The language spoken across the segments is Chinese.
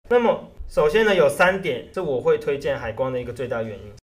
那么首先呢，有3点是我会推荐海光的一个最大原因。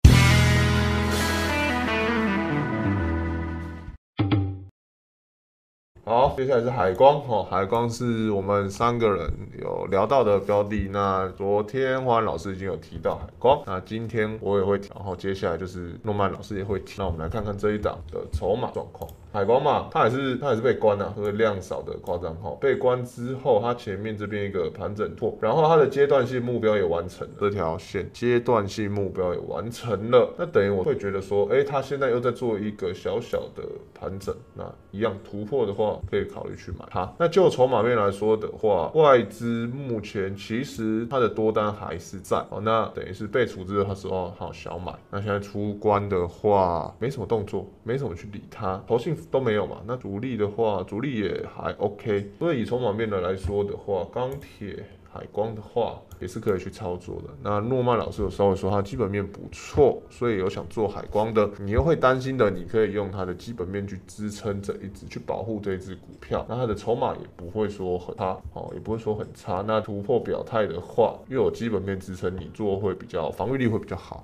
好，接下来是海光海光是我们3个人有聊到的标的。那昨天华安老师已经有提到海光，那今天我也会提，然后接下来就是诺曼老师也会提。那我们来看看这一档的筹码状况。海光嘛，它也是被关了，所以量少的夸张被关之后，它前面这边一个盘整拓，然后它的阶段性目标也完成了，这条线阶段性目标也完成了。那等于我会觉得说，它现在又在做一个小小的盘整，那一样突破的话，可以考虑去买它。那就筹码面来说的话，外资目前其实它的多单还是在那等于是被处置的时候好小买。那现在出关的话，没什么动作，没什么去理它，投信都没有嘛。那主力的话，主力也还 OK。所以以筹码面的来说的话，钢铁、海光的话也是可以去操作的。那诺曼老师有稍微说他基本面不错，所以有想做海光的，你又会担心的，你可以用它的基本面去支撑这一只，去保护这一只股票。那它的筹码也不会说很差也不会说很差。那突破表态的话，又有基本面支撑，你做会比较防御力会比较好，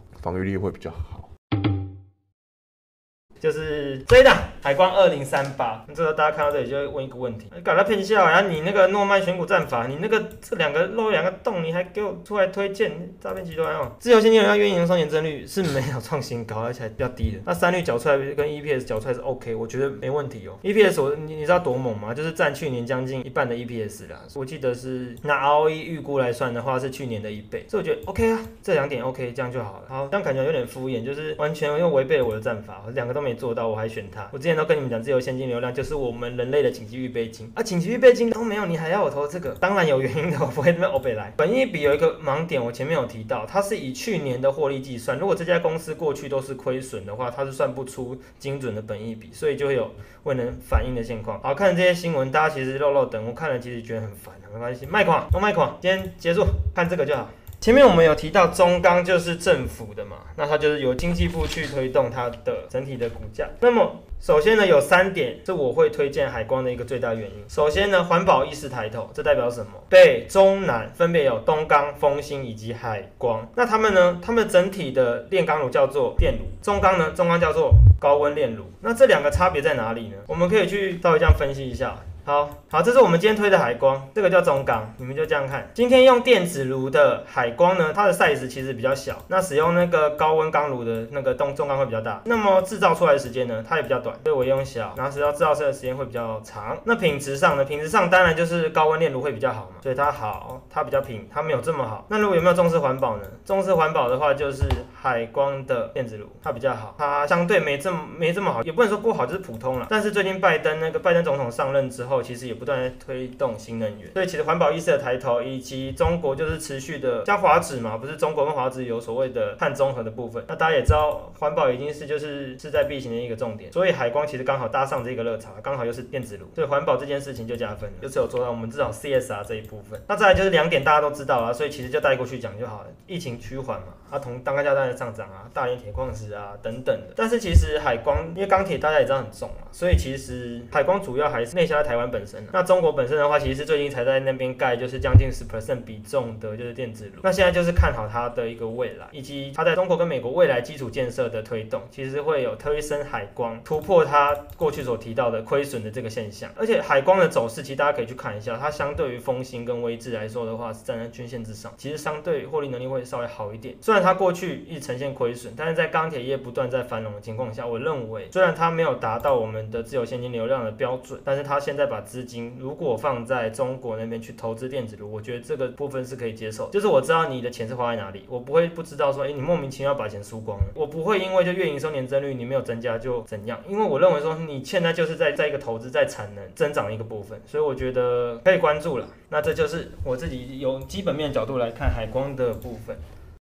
就是这一档海光2038，这个大家看到这里就会问一个问题：搞他骗笑你那个诺曼选股战法，你那个这漏2个洞，你还给我出来推荐诈骗集团自由现金流量月营收年增率是没有创新高，而且还比较低的。那3率缴出来跟 EPS 缴出来是 OK， 我觉得没问题EPS 你知道多猛吗？就是占去年将近1半的 EPS 啦。我记得是拿 ROE 预估来算的话，是去年的1倍，所以我觉得 OK 啊，这2点 OK， 这样就好了。好，这样感觉有点敷衍，就是完全又违背了我的战法，2个都没做到，我还选它。我之前都跟你们讲，自由现金流量就是我们人类的紧急预备金紧急预备金都没有，你还要我投这个？当然有原因的，我不会那么欧北来。本益比有一个盲点，我前面有提到，它是以去年的获利计算，如果这家公司过去都是亏损的话，它是算不出精准的本益比，所以就会有未能反映的现况。好，看这些新闻，大家其实漏等，我看了其实觉得很烦，没关系，卖款，今天结束，看这个就好。前面我们有提到中钢就是政府的嘛，那它就是由经济部去推动它的整体的股价。那么首先呢，有3点是我会推荐海光的一个最大原因。首先呢，环保意识抬头，这代表什么？北中南分别有东钢、丰兴以及海光。那他们整体的炼钢炉叫做电炉，中钢叫做高温炼炉。那这2个差别在哪里呢？我们可以去稍微这样分析一下。好，这是我们今天推的海光，这个叫中钢，你们就这样看。今天用电子炉的海光呢，它的 size 其实比较小，那使用那个高温钢炉的那个中钢会比较大，那么制造出来的时间呢，它也比较短，所以我用小，然后制造出来的时间会比较长。那品质上当然就是高温炼炉会比较好嘛，所以它比较平，它没有这么好。那如果有没有重视环保呢？重视环保的话，就是海光的电子炉，它比较好，它相对没这么好，也不能说不好，就是普通啦。但是最近拜登总统上任之后，其实也不断在推动新能源，所以其实环保意识的抬头，以及中国就是持续的像华指嘛，不是中国跟华指有所谓的碳中和的部分，那大家也知道环保已经是就是势在必行的一个重点，所以海光其实刚好搭上这个热潮，刚好又是电子炉，所以环保这件事情就加分了，就是有做到我们至少 CSR 这一部分。那再来就是2点大家都知道啦，所以其实就带过去讲就好了。疫情趋缓嘛，当钢价当然上涨大连铁矿石等等的，但是其实海光因为钢铁大家也知道很重所以其实海光主要还是内销在台湾本身那中国本身的话，其实是最近才在那边盖，就是将近10% 比重的就是电子炉。那现在就是看好它的一个未来，以及它在中国跟美国未来基础建设的推动，其实会有推升海光突破它过去所提到的亏损的这个现象。而且海光的走势，其实大家可以去看一下，它相对于丰兴跟威致来说的话，是站在均线之上，其实相对获利能力会稍微好一点。虽然它过去一直呈现亏损，但是在钢铁业不断在繁荣的情况下，我认为虽然它没有达到我们的自由现金流量的标准，但是它现在把资金如果放在中国那边去投资电子炉，我觉得这个部分是可以接受。就是我知道你的钱是花在哪里，我不会不知道说，你莫名其妙把钱输光了。我不会因为就月营收年增率你没有增加就怎样，因为我认为说你现在就是在一个投资在产能增长的一个部分，所以我觉得可以关注了。那这就是我自己由基本面的角度来看海光的部分。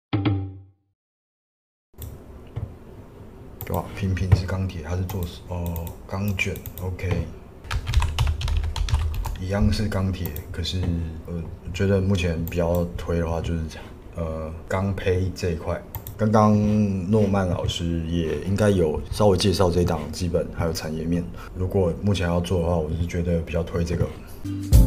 哇，平是钢铁，它是做钢卷 ，OK。一样是钢铁，可是我觉得目前比较推的话就是钢坯这一块。刚刚诺曼老师也应该有稍微介绍这一档基本还有产业面。如果目前要做的话，我是觉得比较推这个。